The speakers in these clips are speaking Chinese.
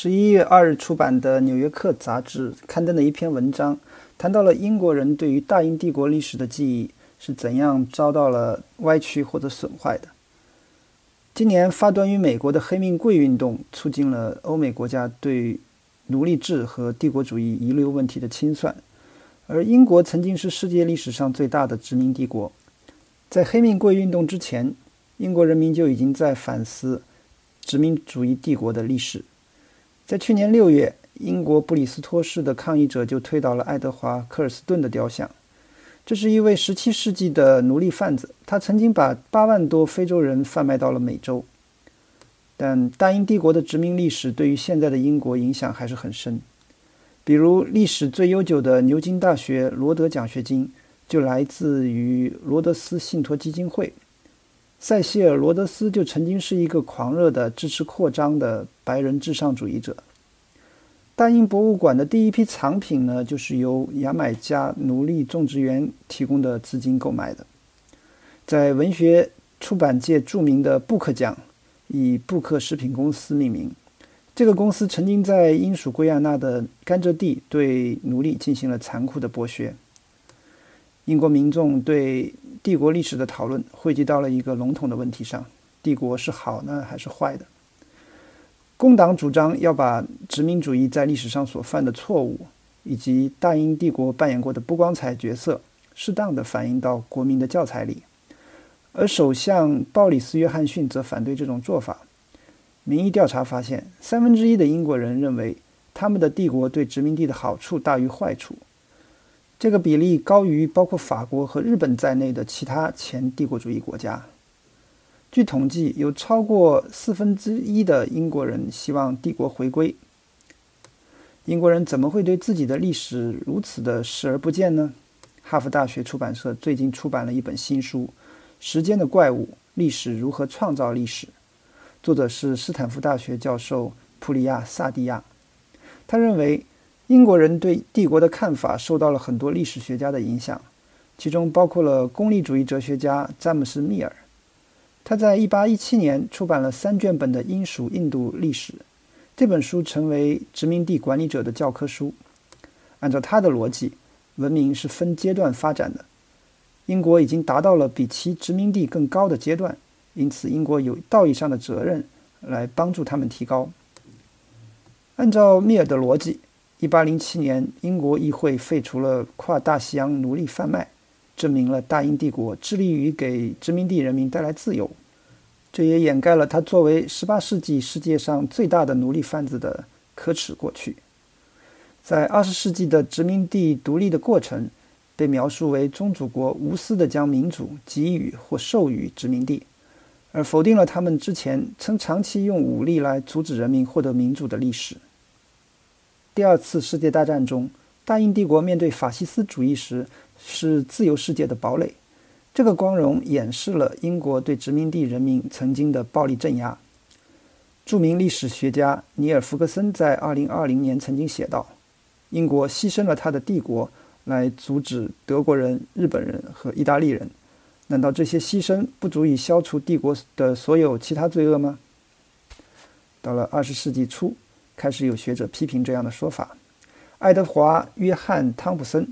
11月2日出版的《纽约客》杂志刊登的一篇文章，谈到了英国人对于大英帝国历史的记忆是怎样遭到了歪曲或者损坏的。今年发端于美国的黑命贵运动，促进了欧美国家对奴隶制和帝国主义遗留问题的清算，而英国曾经是世界历史上最大的殖民帝国。在黑命贵运动之前，英国人民就已经在反思殖民主义帝国的历史。在去年6月，英国布里斯托市的抗议者就推倒了爱德华·科尔斯顿的雕像。这是一位17世纪的奴隶贩子，他曾经把8万多非洲人贩卖到了美洲。但大英帝国的殖民历史对于现在的英国影响还是很深。比如历史最悠久的牛津大学罗德奖学金就来自于罗德斯信托基金会。塞西尔·罗德斯就曾经是一个狂热的支持扩张的白人至上主义者。大英博物馆的第一批藏品呢，就是由牙买加奴隶种植园提供的资金购买的。在文学出版界著名的布克奖以布克食品公司命名，这个公司曾经在英属圭亚那的甘蔗地对奴隶进行了残酷的剥削。英国民众对帝国历史的讨论汇集到了一个笼统的问题上：帝国是好呢还是坏的？工党主张要把殖民主义在历史上所犯的错误，以及大英帝国扮演过的不光彩角色，适当地反映到国民的教材里。而首相鲍里斯·约翰逊则反对这种做法。民意调查发现，1/3的英国人认为他们的帝国对殖民地的好处大于坏处。这个比例高于包括法国和日本在内的其他前帝国主义国家。据统计，有超过1/4的英国人希望帝国回归。英国人怎么会对自己的历史如此的视而不见呢？哈佛大学出版社最近出版了一本新书《时间的怪物：历史如何创造历史》，作者是斯坦福大学教授普里亚·萨蒂亚。他认为英国人对帝国的看法受到了很多历史学家的影响，其中包括了功利主义哲学家詹姆斯·密尔。他在1817年出版了3卷本的英属印度历史，这本书成为殖民地管理者的教科书。按照他的逻辑，文明是分阶段发展的，英国已经达到了比其殖民地更高的阶段，因此英国有道义上的责任来帮助他们提高。按照密尔的逻辑，1807年英国议会废除了跨大西洋奴隶贩卖，证明了大英帝国致力于给殖民地人民带来自由。这也掩盖了他作为18世纪世界上最大的奴隶贩子的可耻过去。在20世纪的殖民地独立的过程被描述为宗主国无私地将民主给予或授予殖民地，而否定了他们之前曾长期用武力来阻止人民获得民主的历史。第2次世界大战中，大英帝国面对法西斯主义时是自由世界的堡垒，这个光荣掩饰了英国对殖民地人民曾经的暴力镇压。著名历史学家尼尔·福克森在2020年曾经写道：英国牺牲了他的帝国来阻止德国人、日本人和意大利人，难道这些牺牲不足以消除帝国的所有其他罪恶吗？到了20世纪初，开始有学者批评这样的说法。爱德华·约翰·汤普森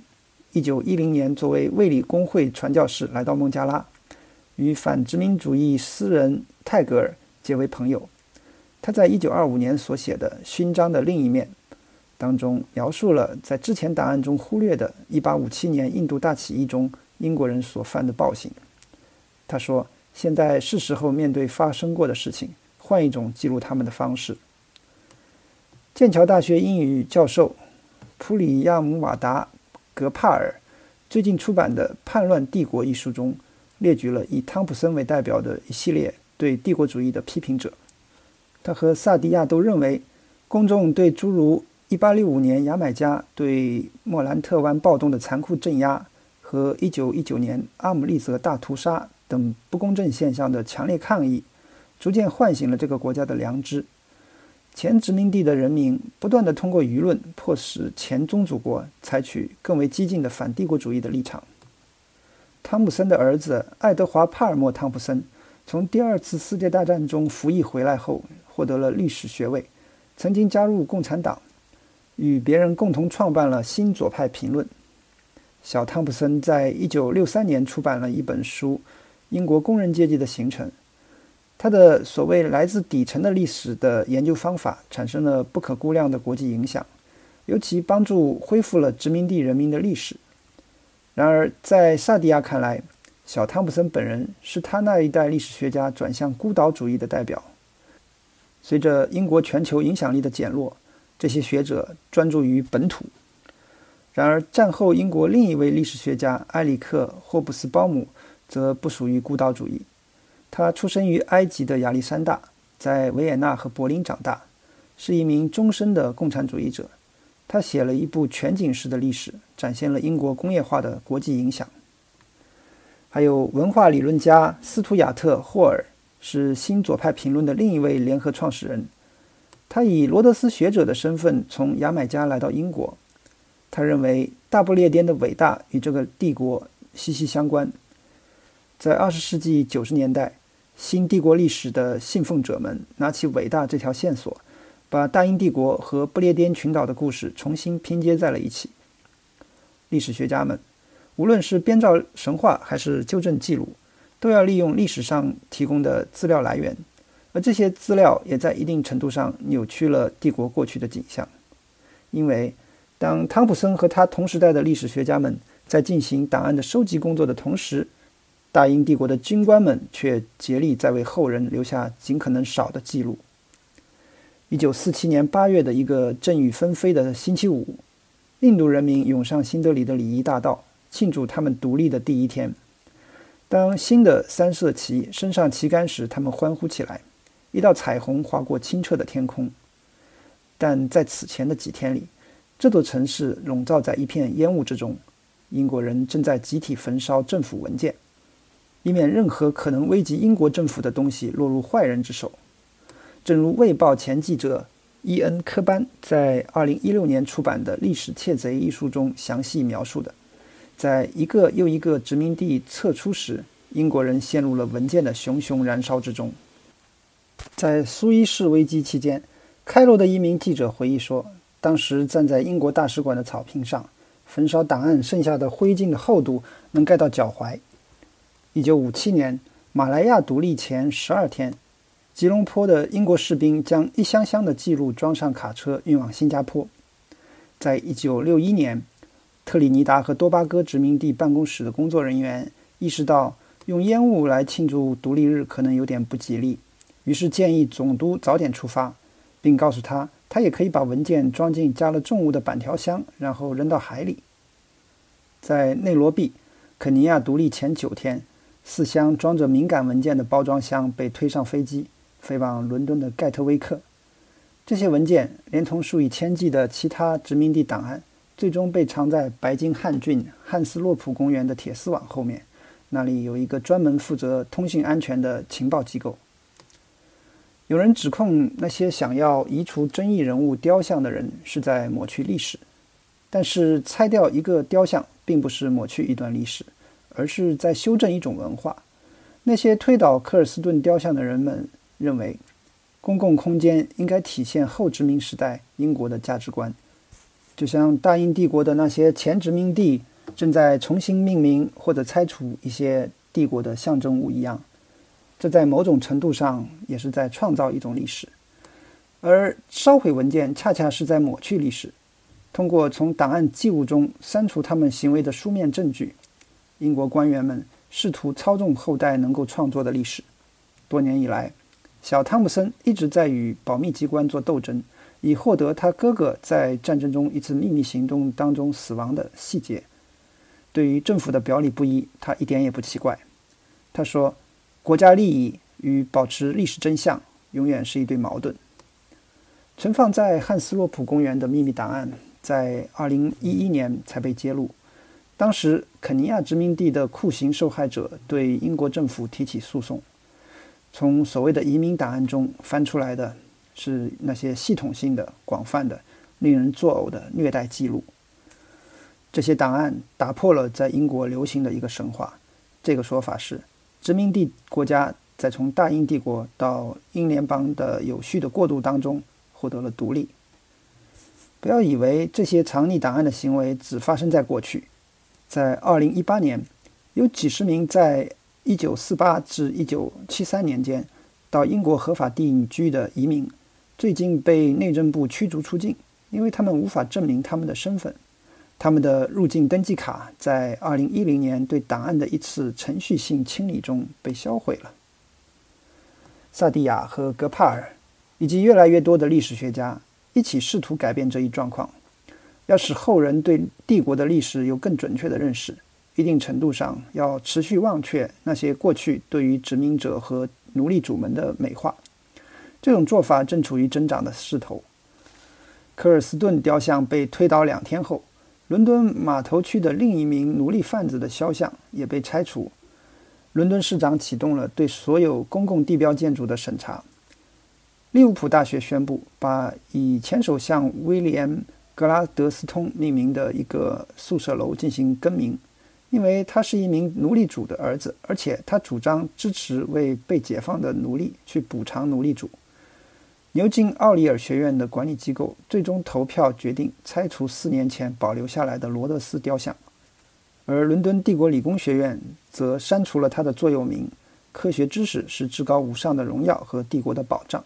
1910年作为卫理公会传教士来到孟加拉，与反殖民主义诗人泰戈尔结为朋友。他在1925年所写的《勋章的另一面》当中描述了在之前档案中忽略的1857年印度大起义中英国人所犯的暴行。他说，现在是时候面对发生过的事情，换一种记录他们的方式。剑桥大学英语教授普里亚姆瓦达·格帕尔最近出版的《叛乱帝国》一书中，列举了以汤普森为代表的一系列对帝国主义的批评者。他和萨迪亚都认为，公众对诸如1865年牙买加对莫兰特湾暴动的残酷镇压和1919年阿姆利则大屠杀等不公正现象的强烈抗议，逐渐唤醒了这个国家的良知。前殖民地的人民不断地通过舆论迫使前宗主国采取更为激进的反帝国主义的立场。汤普森的儿子爱德华·帕尔默·汤普森从第2次世界大战中服役回来后，获得了律师学位， 曾经加入共产党，与别人共同创办了新左派评论。小汤普森在1963年出版了一本书《英国工人阶级的形成》，他的所谓来自底层的历史的研究方法产生了不可估量的国际影响，尤其帮助恢复了殖民地人民的历史。然而在萨蒂亚看来，小汤普森本人是他那一代历史学家转向孤岛主义的代表。随着英国全球影响力的减弱，这些学者专注于本土。然而战后英国另一位历史学家埃里克·霍布斯鲍姆则不属于孤岛主义。他出生于埃及的亚历山大，在维也纳和柏林长大，是一名终身的共产主义者。他写了一部全景式的历史，展现了英国工业化的国际影响。还有文化理论家斯图亚特·霍尔，是新左派评论的另一位联合创始人。他以罗德斯学者的身份从牙买加来到英国。他认为大不列颠的伟大与这个帝国息息相关。在20世纪90年代，新帝国历史的信奉者们拿起伟大这条线索，把大英帝国和不列颠群岛的故事重新拼接在了一起。历史学家们，无论是编造神话还是纠正记录，都要利用历史上提供的资料来源，而这些资料也在一定程度上扭曲了帝国过去的景象。因为当汤普森和他同时代的历史学家们在进行档案的收集工作的同时，大英帝国的军官们却竭力在为后人留下尽可能少的记录。1947年8月的一个阵雨纷飞的星期五，印度人民涌上新德里的礼仪大道，庆祝他们独立的第一天。当新的三色旗升上旗杆时，他们欢呼起来，一道彩虹划过清澈的天空。但在此前的几天里，这座城市笼罩在一片烟雾之中，英国人正在集体焚烧政府文件，以免任何可能危及英国政府的东西落入坏人之手。正如《卫报》前记者伊恩·科班在2016年出版的《历史窃贼》一书中详细描述的，在一个又一个殖民地撤出时，英国人陷入了文件的熊熊燃烧之中。在苏伊士危机期间，开罗的一名记者回忆说，当时站在英国大使馆的草坪上，焚烧档案剩下的灰烬的厚度能盖到脚踝。1957年，马来亚独立前12天，吉隆坡的英国士兵将一箱箱的记录装上卡车运往新加坡。在1961年，特立尼达和多巴哥殖民地办公室的工作人员意识到用烟雾来庆祝独立日可能有点不吉利，于是建议总督早点出发，并告诉他也可以把文件装进加了重物的板条箱，然后扔到海里。在内罗毕，肯尼亚独立前9天，4箱装着敏感文件的包装箱被推上飞机，飞往伦敦的盖特威克。这些文件连同数以千计的其他殖民地档案，最终被藏在白金汉郡汉斯洛普公园的铁丝网后面，那里有一个专门负责通信安全的情报机构。有人指控那些想要移除争议人物雕像的人是在抹去历史，但是拆掉一个雕像并不是抹去一段历史，而是在修正一种文化。那些推倒科尔斯顿雕像的人们认为，公共空间应该体现后殖民时代英国的价值观，就像大英帝国的那些前殖民地正在重新命名或者拆除一些帝国的象征物一样。这在某种程度上也是在创造一种历史，而烧毁文件恰恰是在抹去历史，通过从档案记录中删除他们行为的书面证据。英国官员们试图操纵后代能够创作的历史。多年以来，小汤姆森一直在与保密机关做斗争，以获得他哥哥在战争中一次秘密行动当中死亡的细节。对于政府的表里不一，他一点也不奇怪。他说，国家利益与保持历史真相永远是一对矛盾。存放在汉斯洛普公园的秘密档案在2011年才被揭露。当时肯尼亚殖民地的酷刑受害者对英国政府提起诉讼。从所谓的移民档案中翻出来的是那些系统性的、广泛的、令人作呕的虐待记录。这些档案打破了在英国流行的一个神话，这个说法是殖民地国家在从大英帝国到英联邦的有序的过渡当中， 获得了独立。不要以为这些藏匿档案的行为只发生在过去。在2018年，有几十名在1948至1973年间到英国合法定居的移民，最近被内政部驱逐出境，因为他们无法证明他们的身份。他们的入境登记卡在2010年对档案的一次程序性清理中被销毁了。萨蒂亚和格帕尔以及越来越多的历史学家一起试图改变这一状况，要使后人对帝国的历史有更准确的认识，一定程度上要持续忘却那些过去对于殖民者和奴隶主们的美化。这种做法正处于增长的势头。科尔斯顿雕像被推倒2天后，伦敦码头区的另一名奴隶贩子的肖像也被拆除。伦敦市长启动了对所有公共地标建筑的审查。利物浦大学宣布把以前首相威廉·格拉德斯通命名的一个宿舍楼进行更名，因为他是一名奴隶主的儿子，而且他主张支持为被解放的奴隶去补偿奴隶主。牛津奥里尔学院的管理机构最终投票决定拆除4年前保留下来的罗德斯雕像，而伦敦帝国理工学院则删除了他的座右铭：科学知识是至高无上的荣耀和帝国的保障。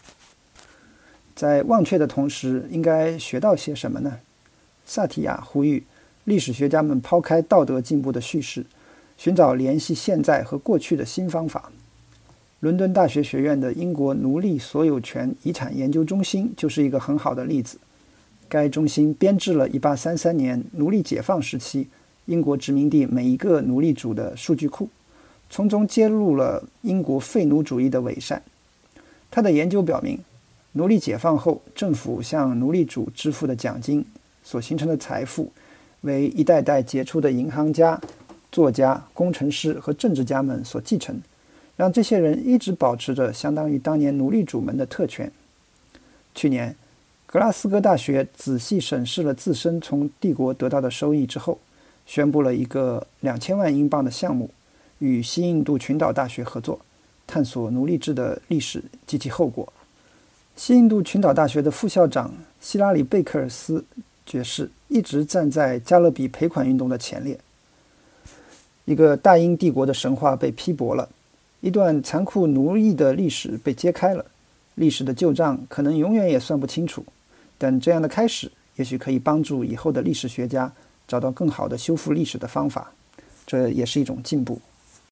在忘却的同时，应该学到些什么呢？萨提亚呼吁历史学家们抛开道德进步的叙事，寻找联系现在和过去的新方法。伦敦大学学院的英国奴隶所有权遗产研究中心就是一个很好的例子。该中心编制了1833年奴隶解放时期英国殖民地每一个奴隶主的数据库，从中揭露了英国废奴主义的伪善。他的研究表明，奴隶解放后，政府向奴隶主支付的奖金所形成的财富，为一代代杰出的银行家、作家、工程师和政治家们所继承，让这些人一直保持着相当于当年奴隶主们的特权。去年，格拉斯哥大学仔细审视了自身从帝国得到的收益之后，宣布了一个2000万英镑的项目，与西印度群岛大学合作，探索奴隶制的历史及其后果。西印度群岛大学的副校长希拉里·贝克尔斯爵士一直站在加勒比赔款运动的前列。一个大英帝国的神话被批驳了，一段残酷奴役的历史被揭开了。历史的旧账可能永远也算不清楚，但这样的开始也许可以帮助以后的历史学家找到更好的修复历史的方法，这也是一种进步。